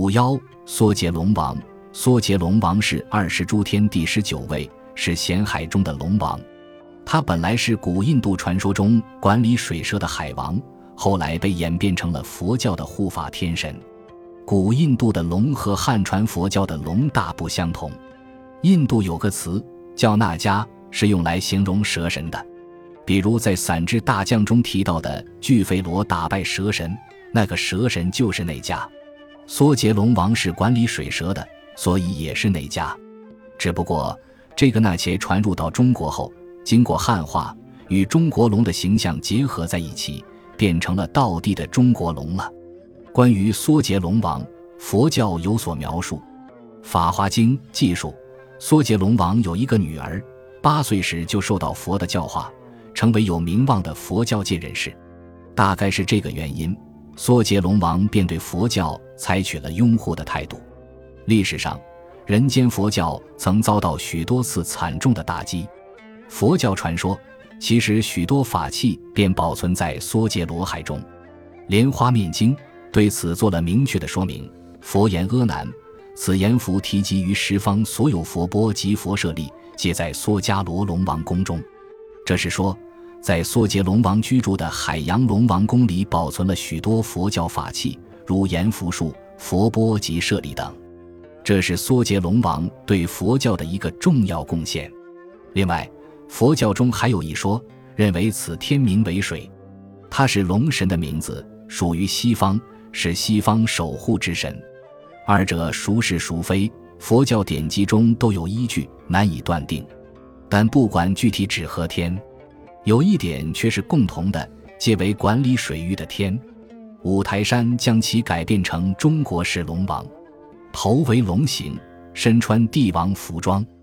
51缩节龙王。缩节龙王是20诸天第19位，是咸海中的龙王。他本来是古印度传说中管理水蛇的海王，后来被演变成了佛教的护法天神。古印度的龙和汉传佛教的龙大不相同。印度有个词叫那迦，是用来形容蛇神的。比如在散之大将中提到的巨吠罗打败蛇神，那个蛇神就是那迦。缩节龙王是管理水蛇的，所以也是那迦。只不过这个那伽传入到中国后，经过汉化，与中国龙的形象结合在一起，变成了道地的中国龙了。关于缩节龙王，佛教有所描述。法华经记述，缩节龙王有一个女儿，8岁时就受到佛的教化，成为有名望的佛教界人士。大概是这个原因，缩节龙王便对佛教采取了拥护的态度。历史上，人间佛教曾遭到许多次惨重的打击。佛教传说，其实许多法器便保存在缩节罗海中。莲花面经对此做了明确的说明。佛言阿难，此言符提及于十方所有佛钵及佛舍利，皆在缩迦罗龙王宫中。这是说，在缩节龙王居住的海洋龙王宫里保存了许多佛教法器，如言符树、佛钵及舍利等。这是缩节龙王对佛教的一个重要贡献。另外，佛教中还有一说，认为此天名为水，它是龙神的名字，属于西方，是西方守护之神。二者孰是孰非，佛教典籍中都有依据，难以断定。但不管具体指何天，有一点却是共同的，皆为管理水域的天。五台山将其改变成中国式龙王，头为龙形，身穿帝王服装。